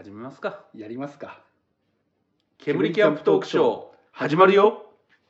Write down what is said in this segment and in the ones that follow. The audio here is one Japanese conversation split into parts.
始めますか。 やりますか。 煙キャンプトークショー始まるよ。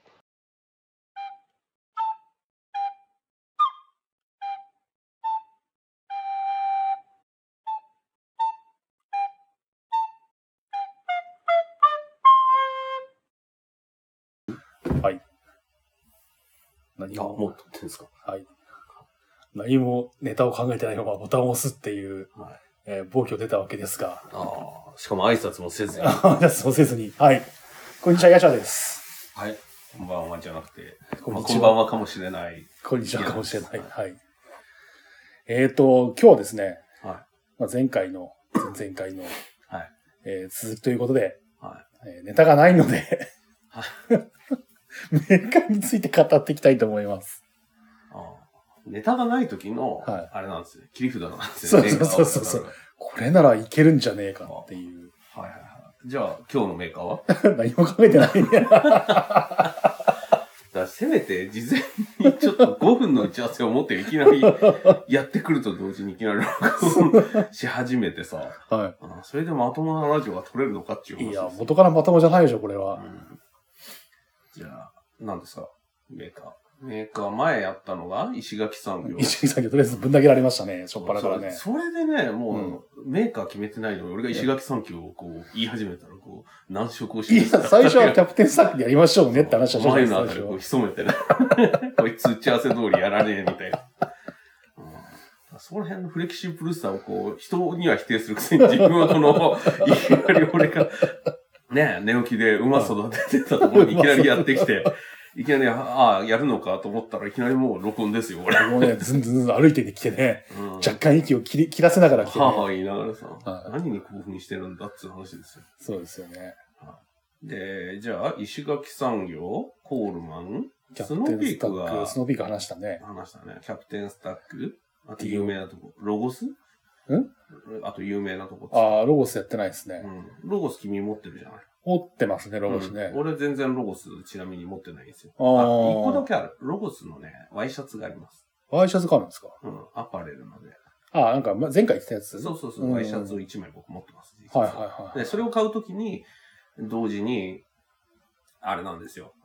はい。何ももう撮ってんですか。 はい。何もネタを考えてないままボタンを押すっていう、暴挙出たわけですが。 しかも挨拶もせずに。 挨拶もせずに。はい。こんにちは、ヤシャです。 はい。こんばんはじゃなくて、 こんばんはかもしれない。 こんにちはかもしれない。はい。今日はですね、前回の、続きということで、ネタがないので、メーカーについて語っていきたいと思います。 ネタがない時の、あれなんですよ。切り札なんですよね。 そう。これならいけるんじゃねえかっていう。 じゃあ、今日のメーカーは何も考えてないね。 だせめて事前にちょっと5分の打ち合わせを持っていきなりやってくると同時にいきなりし始めてさ、それでまともなラジオが撮れるのかっていう話です。 いや、元からまともじゃないでしょ、これは。 じゃあ、何ですかメーカー前やったのが石垣産業。 石垣産業、とりあえずぶん投げられましたね、しょっぱなからね。 それでね、もう、メーカー決めてないのに、俺が石垣産業をこう、言い始めたら、こう、難色をして。 いや、最初はキャプテンスタッフでやりましょうねって話は前のあたりこう、潜めてね。こいつ打ち合わせ通りやらねえ、みたいな。その辺のフレキシブルさをこう、人には否定するくせに、自分はこの、いきなり俺が、ね、寝起きで馬育ててたところにいきなりやってきて、いきなり、やるのかと思ったらいきなりもう録音ですよ、俺。 もうね、ずんずん歩いてきてね、若干息を切らせながら来てね。 言いながらさ、何に興奮してるんだっていう話ですよ。 そうですよね。 で、じゃあ、石垣産業、コールマン、 スノーピーク話したね。 キャプテンスタック、あと有名なとこ、ロゴスあと有名なとこ。 ロゴスやってないですね。 ロゴス君持ってるじゃない。 持ってますね、ロゴスね。 俺全然ロゴスちなみに持ってないんですよ。一個だけある。ロゴスのね、ワイシャツがあります。 ワイシャツがあるんですか？ アパレルので。 なんか前回言ってたやつ？ そう。ワイシャツを1枚僕持ってます。で、それを買うときに、同時に、あれなんですよ。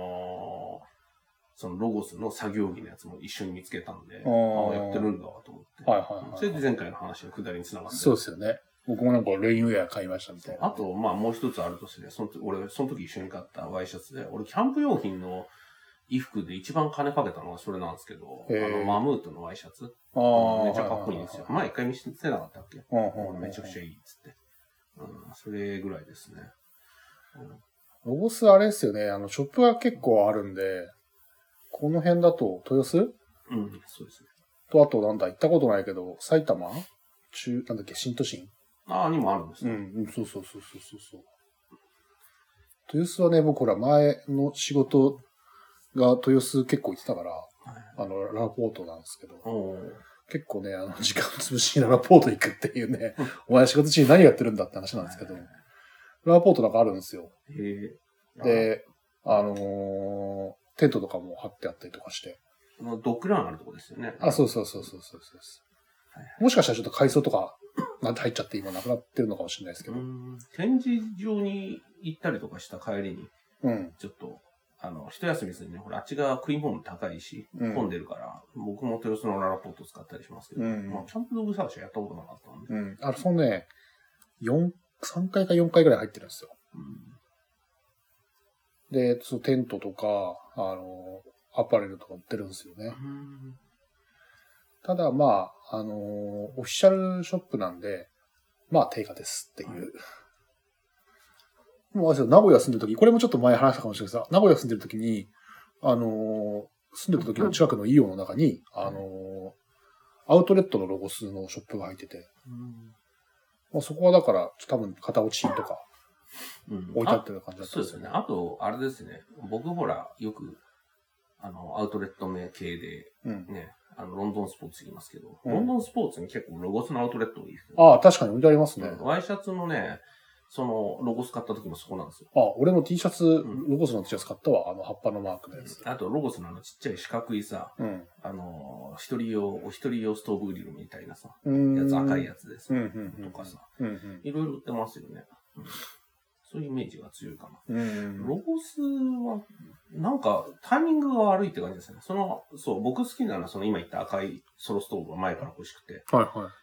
そのロゴスの作業着のやつも一緒に見つけたんで、やってるんだと思って。それで前回の話のくだりにつながって。 そうですよね。僕もなんかレインウェア買いましたみたいな。 あと、もう一つあるとしてね、俺、その時一緒に買ったワイシャツで、俺、キャンプ用品の衣服で一番金かけたのがそれなんですけど、マムートのワイシャツ。めっちゃかっこいいんですよ。前一回見せなかったっけ？めちゃくちゃいいっつって。それぐらいですね。 ロゴスあれですよね、ショップが結構あるんで、この辺だと、豊洲？ そうですね。 と、あと行ったことないけど、埼玉？新都心？ にもあるんですね。 そう。豊洲はね、僕ら前の仕事が豊洲結構行ってたから、ララポートなんですけど、結構ね、時間潰しにララポート行くっていうね、お前仕事中に何やってるんだって話なんですけど、ララポートなんかあるんですよ。で、テントとかも張ってあったりとかして。 ドッグランあるとこですよね。 そう。もしかしたらちょっと改装とか、なんて入っちゃって今なくなってるのかもしれないですけど。 展示場に行ったりとかした帰りに、ちょっと、一休みするにね、ほら、あっちが食い物高いし、混んでるから、僕も豊洲のララポート使ったりしますけど、キャンプ道具探しはやったことなかったんで。 そのね、3回か4回ぐらい入ってるんですよ。で、そのテントとか、アパレルとか売ってるんですよね。ただ、オフィシャルショップなんで、定価ですっていう。もう名古屋住んでる時、これもちょっと前話したかもしれないですが、名古屋住んでる時に、住んでた時の近くのイオンの中に、アウトレットのロゴスのショップが入ってて、そこはだから、多分、片落ちとか、置いてあってる感じだったんですよね。 そうですよね。あと、あれですね。僕ほら、よく、アウトレット名系で、ね、ロンドンスポーツ行きますけど、ロンドンスポーツに結構ロゴスのアウトレット多いですよね。 確かに置いてありますね。 ワイシャツのね、 その、ロゴス買った時もそこなんですよ。 あ、俺も T シャツ、ロゴスの T シャツ買ったわ。葉っぱのマークのやつ。 あと、ロゴスのちっちゃい四角いさ、お一人用ストーブグリルみたいなさ、やつ、赤いやつですとかさ、いろいろ売ってますよね。そういうイメージが強いかな。ロゴスは、なんか、タイミングが悪いって感じですね。僕好きなのは、今言った赤いソロストーブが前から欲しくて。 はいはい。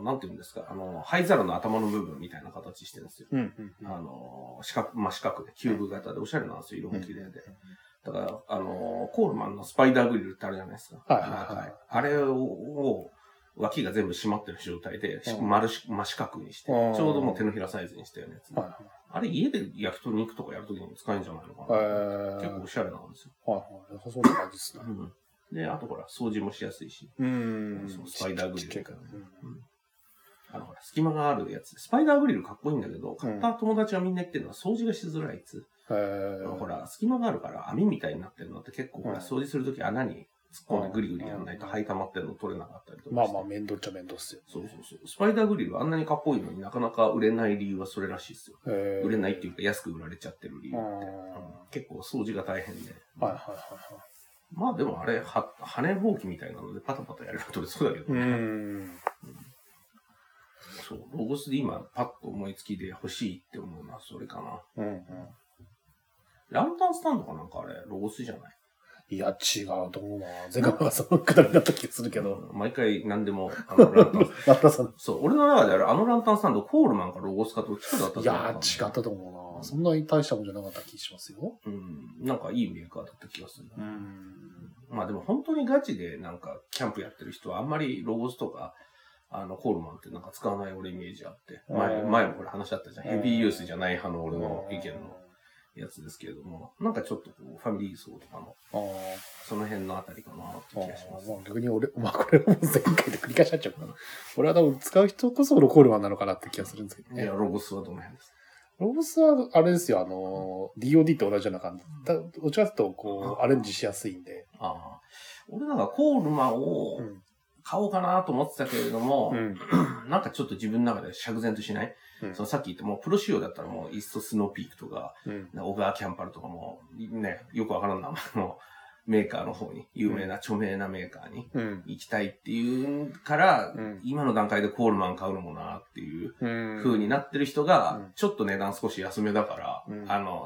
なんて言うんですか、灰皿の頭の部分みたいな形してるんですよ。四角で、キューブ型でおしゃれなんですよ、色も綺麗で。だから、コールマンのスパイダーグリルってあるじゃないですか。あれを、脇が全部閉まってる状態で、真四角にして、ちょうどもう手のひらサイズにしたようなやつ。あれ家で焼き鳥肉とかやるときに使えるんじゃないのかな。結構おしゃれなんですよ。 良さそうな感じですね。 で、あとほら、掃除もしやすいし。スパイダーグリルからね。ほら、隙間があるやつ。スパイダーグリルかっこいいんだけど、買った友達がみんな言ってるのは掃除がしづらいやつ。ほら、隙間があるから網みたいになってるのって結構ほら、掃除するとき穴に突っ込んでグリグリやらないと灰溜まってるの取れなかったりとか。 まあまあ、面倒っちゃ面倒っすよ。 そう。スパイダーグリルあんなにかっこいいのになかなか売れない理由はそれらしいですよ。売れないっていうか安く売られちゃってる理由って。結構掃除が大変で。まあでもあれ、羽ぼうきみたいなのでパタパタやれば取れそうだけどね。そう、ロゴスで今パッと思いつきで欲しいって思うのはそれかな。ランタンスタンドかなんかあれ、ロゴスじゃない？ いや、違うと思うな。前回はそのくだりだった気がするけど。 毎回何でも、ランタンスタンド。そう、俺の中であるランタンスタンド、コールマンかロゴスかどっちかだったと思う。 いや、違ったと思うな。そんなに大したもんじゃなかった気しますよ。 なんかいいメーカーだった気がする。まあでも本当にガチでなんかキャンプやってる人はあんまりロゴスとか、コールマンってなんか使わない俺イメージあって。前もこれ話しあったじゃん。ヘビーユースじゃない派の俺の意見のやつですけれども、なんかちょっとこう、ファミリー層とかの、その辺のあたりかなって気がします。 逆にこれも前回で繰り返しちゃっちゃうかな。俺は多分使う人こそロコールマンなのかなって気がするんですけどね。 いや、ロゴスはどの辺ですか？ ロゴスは、あれですよ、DOD と同じような感じ。どっちかというと、こう、アレンジしやすいんで。 俺なんかコールマンを買おうかなと思ってたけれども、なんかちょっと自分の中で釈然としない。そのさっき言ったもうプロ仕様だったらもうイーストスノーピークとか、小川キャンパルとかもね、よくわからん名前のメーカーの方に、有名な著名なメーカーに行きたいっていうから、今の段階でコールマン買うのもなっていう風になってる人が、ちょっと値段少し安めだから、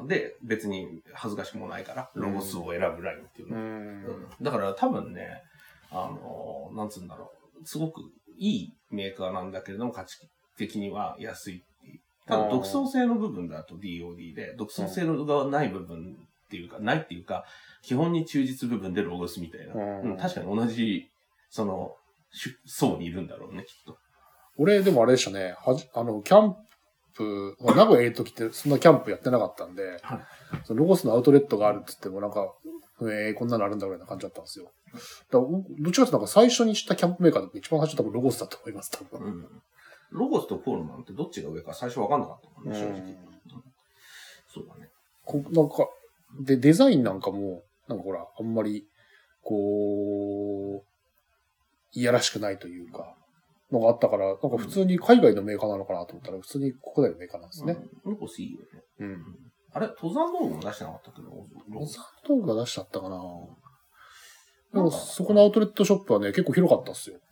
で、別に恥ずかしくもないから、ロゴスを選ぶラインっていうの。だから多分ね、なんつうんだろう、すごくいいメーカーなんだけれども、価値的には安いっていう。ただ独創性の部分だと DOD で、独創性がない部分っていうか、ないっていうか、基本に忠実部分でロゴスみたいな。確かに同じ、層にいるんだろうね、きっと。 俺、でもあれでしたね。キャンプ、名古屋いるときってそんなキャンプやってなかったんで、そのロゴスのアウトレットがあるって言ってもなんか、こんなのあるんだろうな感じだったんですよ。だからどっちかってなんか最初に知ったキャンプメーカーで一番最初多分ロゴスだと思います、多分。 ロゴスとコールマンってどっちが上か最初わかんなかったもんね、正直。そうだね。 なんか、デザインなんかも、なんかほら、あんまり、こう、いやらしくないというか、のがあったから、なんか普通に海外のメーカーなのかなと思ったら、普通に国内のメーカーなんですね。 ロゴスいいよね。あれ、登山道具も出してなかったっけど、 登山道具が出しちゃったかな。でも、そこのアウトレットショップはね、結構広かったっすよ。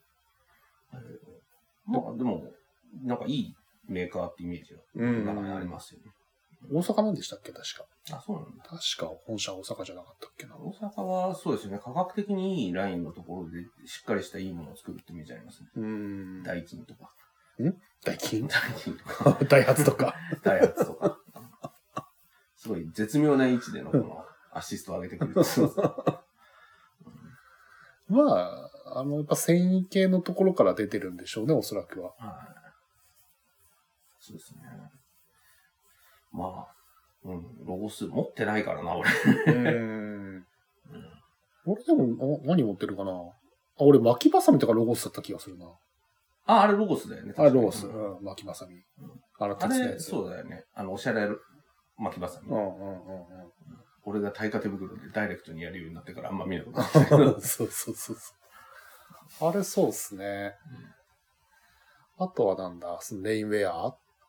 まあ、でも、なんかいいメーカーってイメージが、ありますよね。 大阪なんでしたっけ、確か。 そうなんだ。 確か本社大阪じゃなかったっけな。 大阪はそうですよね。価格的にいいラインのところでしっかりしたいいものを作るってイメージありますね。ダイキンとか。 ダイキンとか。 ダイハツとか。 ダイハツとか。すごい絶妙な位置でのこのアシストを上げてくる。 まあ、やっぱ繊維系のところから出てるんでしょうね、おそらくは。 そうですね。まあ、ロゴス持ってないからな、俺。 俺でも、何持ってるかな。俺巻きバサミとかロゴスだった気がするな。 あれロゴスだよね。 あれロゴス。巻きバサミ。 鉄のやつ。そうだよね。おしゃれ巻きバサミ。俺が耐火手袋でダイレクトにやるようになってからあんま見なくなった。 そう。あれそうっすね。あとはなんだ、レインウェア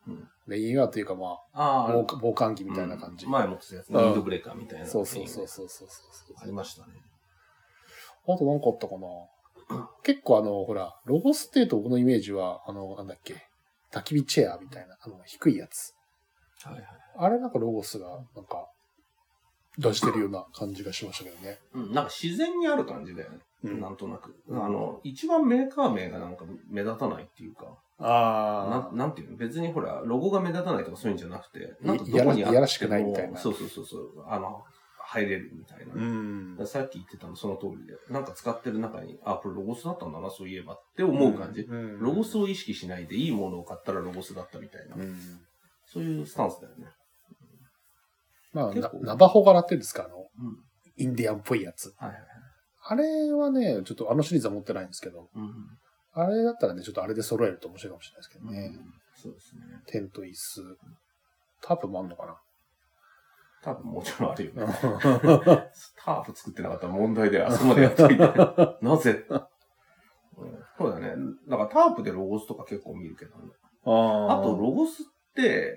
レインウェアというかまあ、防寒着みたいな感じ。 前持ってたやつ、ウィンドブレーカーみたいな。 そう。 ありましたね。 あと何かあったかな。結構ほら、ロゴスっていうと僕のイメージは、なんだっけ、焚き火チェアみたいな、低いやつ。 はいはい。 あれなんかロゴスが、なんか、出してるような感じがしましたけどね。 なんか自然にある感じだよね。なんとなく。一番メーカー名がなんか目立たないっていうか。なんていうの、別にほら、ロゴが目立たないとかそういうんじゃなくて、なんかどこにあってもいやらしくないみたいな。 そう。入れるみたいな。さっき言ってたのその通りで。なんか使ってる中に、これロゴスだったんだな、そういえばって思う感じ。ロゴスを意識しないでいいものを買ったらロゴスだったみたいな。そういうスタンスだよね。 まあ、ナバホ柄っていうんですか、インディアンっぽいやつ。あれはね、ちょっとシリーズは持ってないんですけど、あれだったらね、ちょっとあれで揃えると面白いかもしれないですけどね。 そうですね。 テント椅子。タープもあんのかな？ タープもちろんあるよね。タープ作ってなかったら問題であそこまでやっといて。なぜそうだね。だからタープでロゴスとか結構見るけどね。あとロゴスって、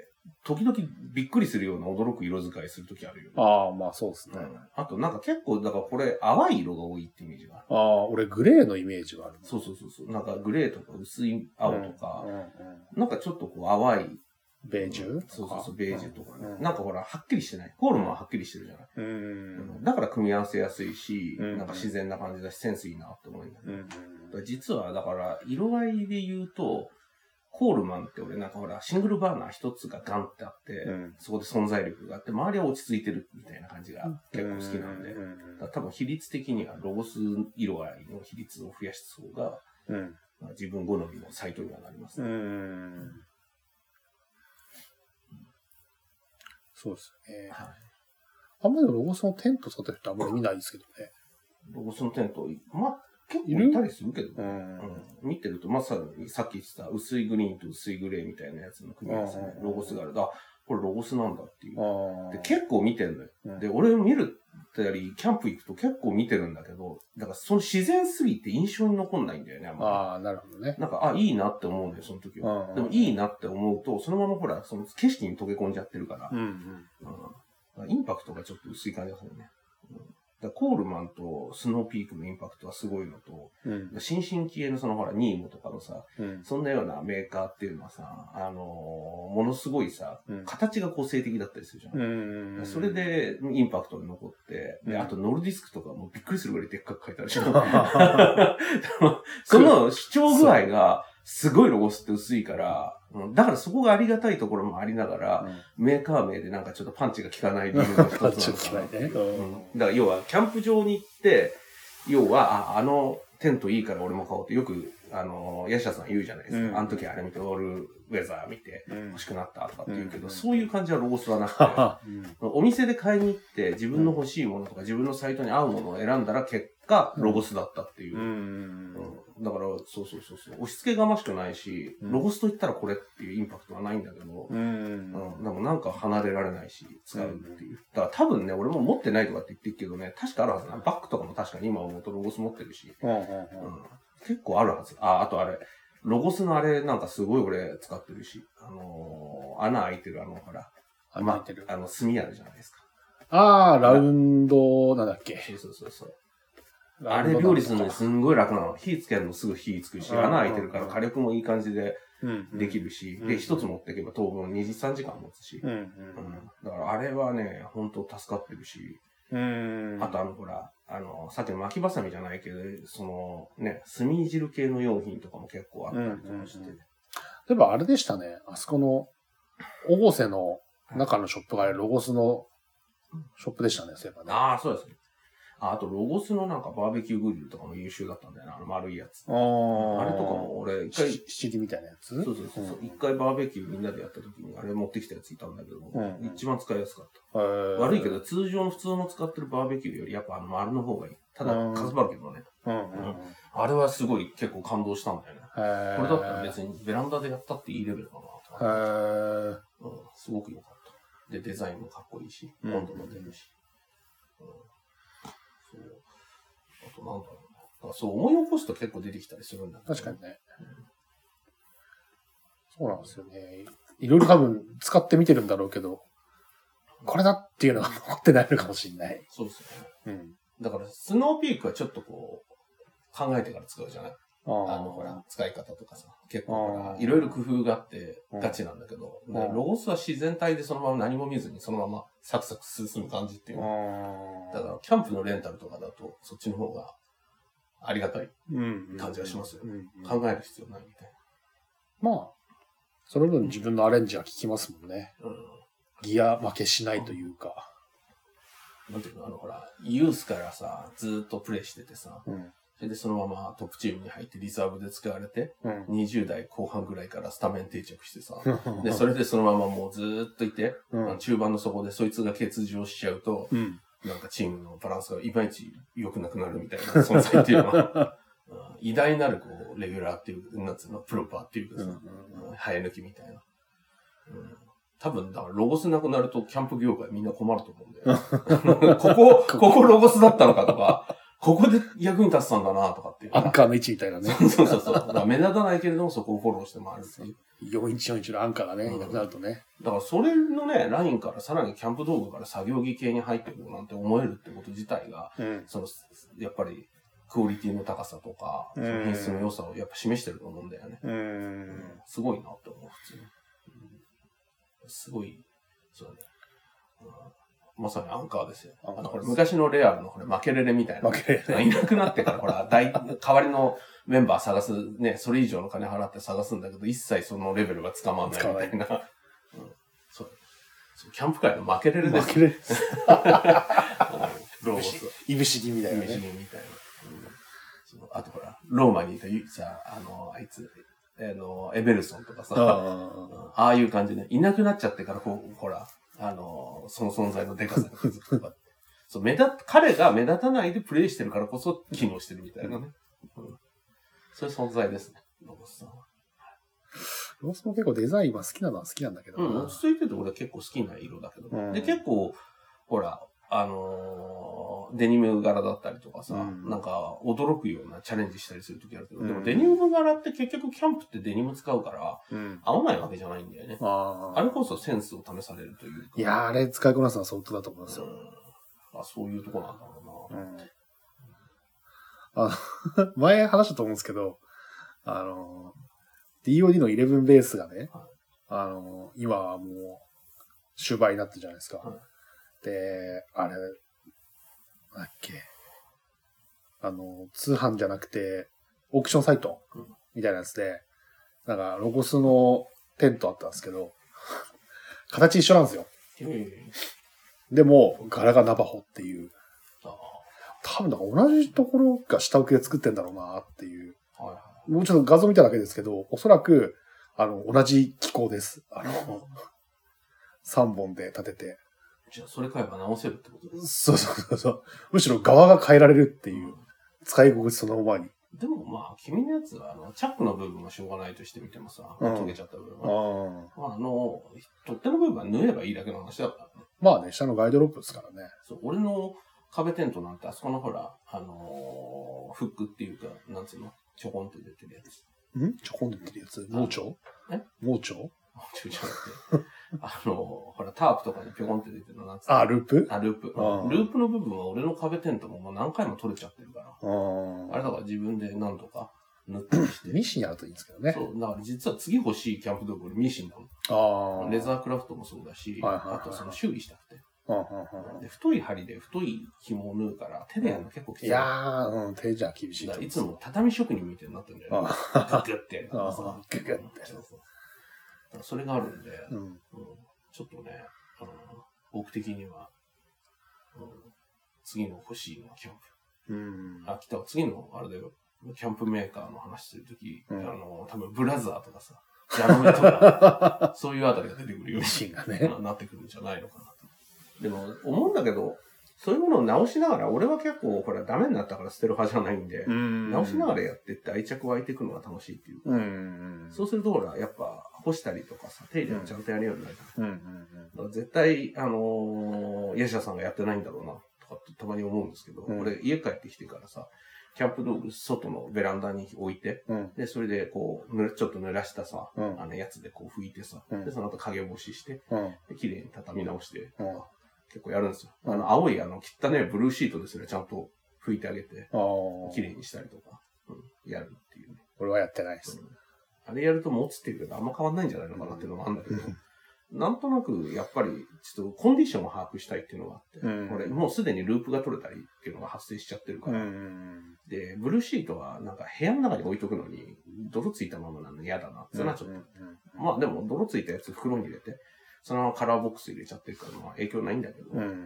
時々びっくりするような驚く色使いするときあるよね。 まあそうですね。 あとなんか結構、だからこれ淡い色が多いってイメージがある。 俺グレーのイメージがある。 そう。なんかグレーとか薄い青とか、なんかちょっとこう淡い。 ベージュベージュとかね。なんかほら、はっきりしてない。コールマンははっきりしてるじゃない。だから組み合わせやすいし、なんか自然な感じだし、センスいいなって思うんだけど。実はだから、色合いで言うと、コールマンって俺なんかほら、シングルバーナー一つがガンってあって、そこで存在力があって、周りは落ち着いてるみたいな感じが結構好きなんで、多分比率的にはロゴス色合いの比率を増やした方が、自分好みのサイトにはなりますね。 そうですね。あんまりロゴスのテント使ってる人あんまり見ないですけどね。 ロゴスのテント、結構いたりするけど、見てると、まさにさっき言ってた薄いグリーンと薄いグレーみたいなやつの組み合わせで、ロゴスがあると、これロゴスなんだっていう。で結構見てるのよ。で、俺見るったり、キャンプ行くと結構見てるんだけど、だからその自然すぎて印象に残んないんだよね、あんまり。 なるほどね。 なんか、いいなって思うんだよ、その時は。でもいいなって思うと、そのままほら、その景色に溶け込んじゃってるから、インパクトがちょっと薄い感じがするね。コールマンとスノーピークのインパクトはすごいのと、新進気鋭のそのほら、ニーモとかのさ、そんなようなメーカーっていうのはさ、ものすごいさ、形が個性的だったりするじゃん。それでインパクトが残って、であとノルディスクとかもびっくりするぐらいでっかく書いてあるじゃん。その主張具合が、すごいロゴスって薄いから、だからそこがありがたいところもありながら、メーカー名でなんかちょっとパンチが効かない理由の一つなのかな。だから要は、キャンプ場に行って、要は、テントいいから俺も買おうってよく、ヤシャさん言うじゃないですか。あの時あれ見て、オールウェザー見て欲しくなったとかって言うけど、そういう感じはロゴスはなくて、お店で買いに行って自分の欲しいものとか自分のサイトに合うものを選んだら結果、ロゴスだったっていう。だから、そう。押し付けがましくないし、ロゴスと言ったらこれっていうインパクトはないんだけど、でもなんか離れられないし、使うっていう。だから多分ね、俺も持ってないとかって言ってるけどね、確かあるはずな。バッグとかも確かに今思うとロゴス持ってるし、結構あるはず。あとあれ、ロゴスのあれなんかすごい俺使ってるし、穴開いてるほら、 穴開いてる。 炭あるじゃないですか。 ラウンド、なんだっけ。 そう。あれ料理するのにすんごい楽なの。火つけるのすぐ火つくし、穴開いてるから火力もいい感じでできるし、で、一つ持っていけば当分2、3時間持つし。だからあれはね、本当助かってるし。あとほら、さっきの巻きバサミじゃないけど、炭汁系の用品とかも結構あったりとかして。 例えばあれでしたね、あそこの、大瀬の中のショップがロゴスのショップでしたね、そういえばね。 そうですね。あと、ロゴスのなんかバーベキューグリルとかも優秀だったんだよな、丸いやつ。あれとかも俺、一回。 七里みたいなやつ？ そう。一回バーベキューみんなでやった時にあれ持ってきたやついたんだけど、一番使いやすかった。悪いけど、通常の普通の使ってるバーベキューよりやっぱ丸の方がいい。ただ、かすばるけどね。あれはすごい結構感動したんだよね。これだったら別にベランダでやったっていいレベルだなと。すごく良かった。で、デザインもかっこいいし、温度も出るし。あとなんだろうね。そう思い起こすと結構出てきたりするんだけど。 確かにね。そうなんですよね。 いろいろ多分使ってみてるんだろうけど、これだっていうのが残ってないのかもしれない。 そうですね。うん。だから、スノーピークはちょっとこう、考えてから使うじゃない？ほら、使い方とかさ、結構ほら、いろいろ工夫があってガチなんだけど、ロゴスは自然体でそのまま何も見ずにそのままサクサク進む感じっていうの。だから、キャンプのレンタルとかだと、そっちの方がありがたい感じがしますよ。考える必要ないみたいな。まあ、その分自分のアレンジは効きますもんね。ギア負けしないというか。 なんていうの、ほら、ユースからさ、ずーっとプレイしててさ、それでそのままトップチームに入ってリザーブで使われて、20代後半ぐらいからスタメン定着してさ、で、それでそのままもうずーっといて、中盤の底でそいつが欠場しちゃうと、なんかチームのバランスがいまいち良くなくなるみたいな存在っていうのは、偉大なるこう、レギュラーっていう、なんつうの、プロパーっていうかさ、生え抜きみたいな。多分、だからロゴスなくなるとキャンプ業界みんな困ると思うんだよ。ここロゴスだったのかとか、ここで役に立つたんだなとかっていう。 アンカーの位置みたいなね。 そうそうそう。だから目立たないけれどもそこをフォローして回るっていう。 4141のアンカーがね、いなくなるとね。 だからそれのね、ラインからさらにキャンプ道具から作業着系に入ってくるなんて思えるってこと自体が、やっぱりクオリティの高さとか、品質の良さをやっぱ示してると思うんだよね。すごいなって思う、普通に。すごい、そうね。まさにアンカーですよ。これ昔のレアルのこれ負けレレみたいな。負けレレ。いなくなってからほら、代わりのメンバー探す、ね、それ以上の金払って探すんだけど、一切そのレベルが捕まんないみたいな。そうキャンプ界の負けレレです。負けレレです。 いぶし銀みたいなね。 いぶし銀みたいな。あとほら、ローマにいたさ、あいつ、エベルソンとかさ、ああいう感じで、いなくなっちゃってからほら、その存在のデカさに気づくとか。そう、彼が目立たないでプレイしてるからこそ機能してるみたいなね。そういう存在ですね、ロゴスさんは。 ロゴスも結構デザインは好きなのは好きなんだけど。 落ち着いてて俺は結構好きな色だけど。で、結構、ほら、デニム柄だったりとかさ、なんか驚くようなチャレンジしたりするときあるけど、でもデニム柄って結局キャンプってデニム使うから、合わないわけじゃないんだよね。あれこそセンスを試されるというか。 いやー、あれ使いこなすのは相当だと思いますよ。 そういうとこなんだろうな。前話したと思うんですけど、DOD の11ベースがね、今はもう終売になってるじゃないですか。で、あれ、なんだっけ。通販じゃなくて、オークションサイトみたいなやつで、なんか、ロゴスのテントあったんですけど、形一緒なんですよ。でも、柄がナバホっていう。多分、同じところが下請けで作ってんだろうなっていう。もうちょっと画像見ただけですけど、おそらく、同じ機構です。3本で立てて。 じゃあ、それ買えば直せるってことですか？そう。むしろ側が変えられるっていう。使い心地そのままに。 でもまあ、君のやつは、チャックの部分はしょうがないとしてみてもさ、溶けちゃった部分は。取っ手の部分は縫えばいいだけの話だからね。 まあね、下のガイドロップですからね。 そう、俺の壁テントなんて、あそこのほら、フックっていうか、なんつうの、ちょこんって出てるやつ。 ちょこんって出てるやつ？盲腸？盲腸？ ちょっとほら、タープとかにぴょこんって出てるのなんつうの？ループ？ ループ。ループの部分は俺の壁テントももう何回も取れちゃってるから。あれだから自分で何とか塗ったりして。 ミシンやるといいんですけどね。 そう、だから実は次欲しいキャンプ道具ミシンだもん。レザークラフトもそうだし、あとその修理したくて。で太い針で太い紐を縫うから手でやるの結構きつい。 いやー、手じゃ厳しい。 いつも畳職人みたいになってるんだよね。グッグってやるからさ。 グッグって。 それがあるんで、ちょっとね、僕的には、次の欲しいのはキャンプ。来た次の、あれだよ、キャンプメーカーの話するとき、多分ブラザーとかさ、ジャノメとか、そういうあたりが出てくるようになってくるんじゃないのかなと。でも、思うんだけど、そういうものを直しながら、俺は結構、ほら、ダメになったから捨てる派じゃないんで、直しながらやってって愛着湧いていくのが楽しいっていうか、そうすると、ほら、やっぱ、干したりとかさ、手入れをちゃんとやるようになるから。絶対、ヤシャさんがやってないんだろうな、とかってたまに思うんですけど、俺、家帰ってきてからさ、 キャンプ道具、外のベランダに置いて、で、それでこう、ちょっと濡らしたさ、やつでこう拭いてさ、で、その後影干しして、で、綺麗に畳み直して、結構やるんですよ。青い汚ねブルーシートですね、ちゃんと拭いてあげて、綺麗にしたりとか、やるっていうね。 俺はやってないです。 あれやると持つっていうけど、あんま変わんないんじゃないのかなっていうのもあるんだけど、なんとなく、やっぱり、ちょっとコンディションを把握したいっていうのがあって、俺、もうすでにループが取れたりっていうのが発生しちゃってるから、で、ブルーシートはなんか部屋の中に置いとくのに、泥ついたままなの嫌だなってなっちゃった。まあでも、泥ついたやつ袋に入れて、そのままカラーボックス入れちゃってるから、まあ影響ないんだけど。とかね。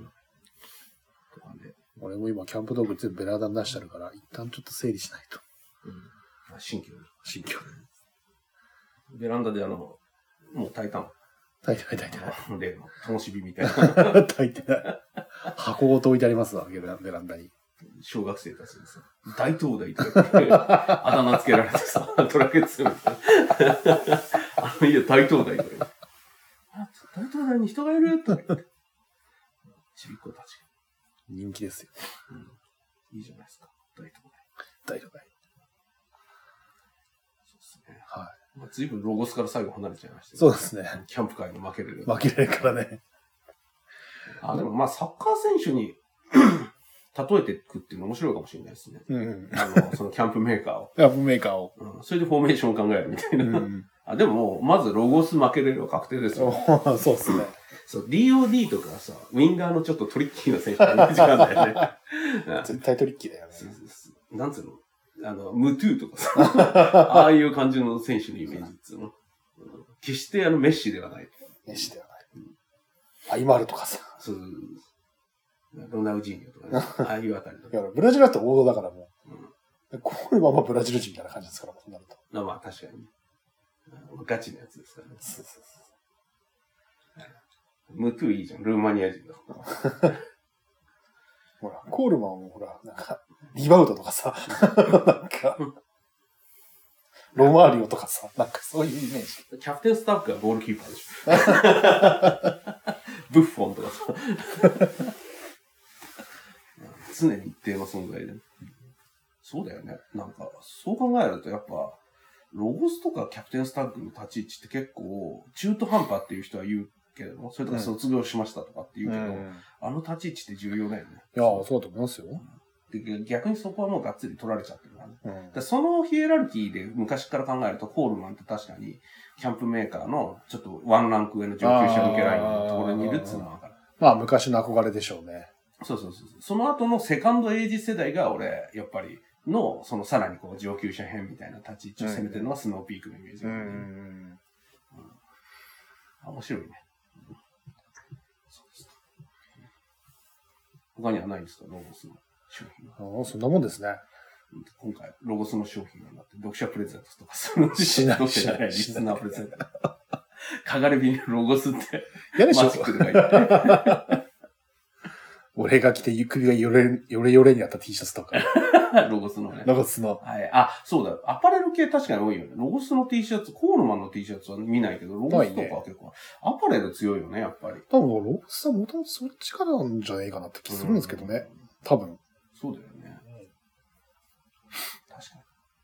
俺も今、キャンプ道具全部ベランダに出してあるから、一旦ちょっと整理しないと。 新居に。 新居に。ベランダでもう炊いたの。 炊いてない。 例の、灯火みたいな。 炊いてない。箱ごと置いてありますわ、ベランダに。 小学生たちでさ、大東大とか言って、あだ名つけられてさ、トラケツみたいな。いや、大東大とか言って。大東大に人がいるとか言って。ちびっ子たちが。 人気ですよ。 いいじゃないですか、大東大。そうですね。はい。随分ロゴスから最後離れちゃいました。 そうですね。 キャンプ界に負けれる。 負けれるからね。 でもまあサッカー選手に例えていくっていうの面白いかもしれないですね。そのキャンプメーカーを。 キャンプメーカーを。 それでフォーメーションを考えるみたいな。でも、まずロゴス負けれるは確定ですよ。 そうですね。 そう、DOD とかさ、ウィンガーのちょっとトリッキーな選手がいる時間だよね。 絶対トリッキーだよね。 なんつうのムトゥーとかさ、ああいう感じの選手のイメージっつうの。決してメッシではない。 メッシではない。アイマールとかさ。 そう。ロナウジーニョとかね。ああいうあたりとか。 ブラジルだと王道だからもう。こういうままブラジル人みたいな感じですから、そうなると。 まあ確かに。ガチなやつですからね。ムトゥーいいじゃん。ルーマニア人だ。 ほら、コールマンもほら、なんか、リバウドとかさ、なんか、ロマーリオとかさ、なんかそういうイメージ。 キャプテンスタッフがゴールキーパーでしょ。ブッフォンとかさ。常に一定の存在で。そうだよね。なんか、そう考えるとやっぱ、ロゴスとかキャプテンスタッフの立ち位置って結構、中途半端っていう人は言うけれども、それとか卒業しましたとかって言うけど、あの立ち位置って重要だよね。 いやー、そうだと思いますよ。 で逆にそこはもうがっつり取られちゃってるからね。でそのヒエラルキーで昔から考えると、コールマンって確かに、キャンプメーカーのちょっとワンランク上の上級者向けラインのところにいるっつうのは分かる。 まあ、昔の憧れでしょうね。 そう。その後のセカンドエイジ世代が俺、やっぱり、そのさらにこう上級者編みたいな立ち位置を攻めてるのはスノーピークのイメージ、面白いね。他にはないんですか、ロゴスの商品。 そんなもんですね。 今回、ロゴスの商品なんだって、読者プレゼントとかするんですよ。読者じゃない、リスナープレゼント。かがれ火にロゴスって、 嫌でしょマジックで書いて。 俺が着て首がヨレにあった T シャツとか。 ロゴスのね。 ロゴスの。 はい。あ、そうだ。アパレル系確かに多いよね。ロゴスの T シャツ、コールマンの T シャツは見ないけど、ロゴスとかは結構、アパレル強いよね、やっぱり。 多分、ロゴスはもともとそっちからなんじゃねえかなって気するんですけどね。多分。 そうだよね。確かに。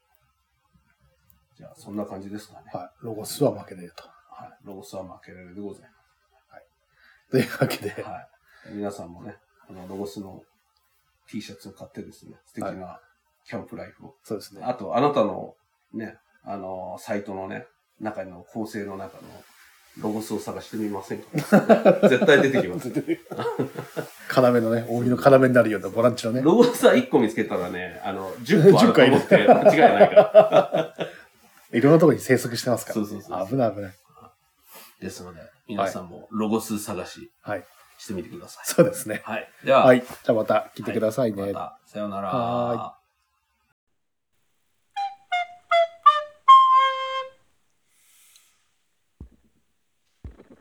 じゃあ、そんな感じですかね。 はい。ロゴスは負けれると。 はい。ロゴスは負けれるでございます。 はい。というわけで。 はい。皆さんもね、ロゴスの T シャツを買ってですね、素敵なキャンプライフを。 そうですね。 あと、あなたのね、サイトのね、中の構成の中のロゴスを探してみませんか絶対出てきます。 要のね、扇の要になるようなボランチのね。 ロゴスは1個見つけたらね、10個あると思って間違いないから。 いろんなところに生息してますから、 ね。そう。 危ない。 ですので、皆さんもロゴス探ししてみてください。 そうですね。 はい。では、 はい。じゃあまた来てくださいね。 また、さようなら。 はい。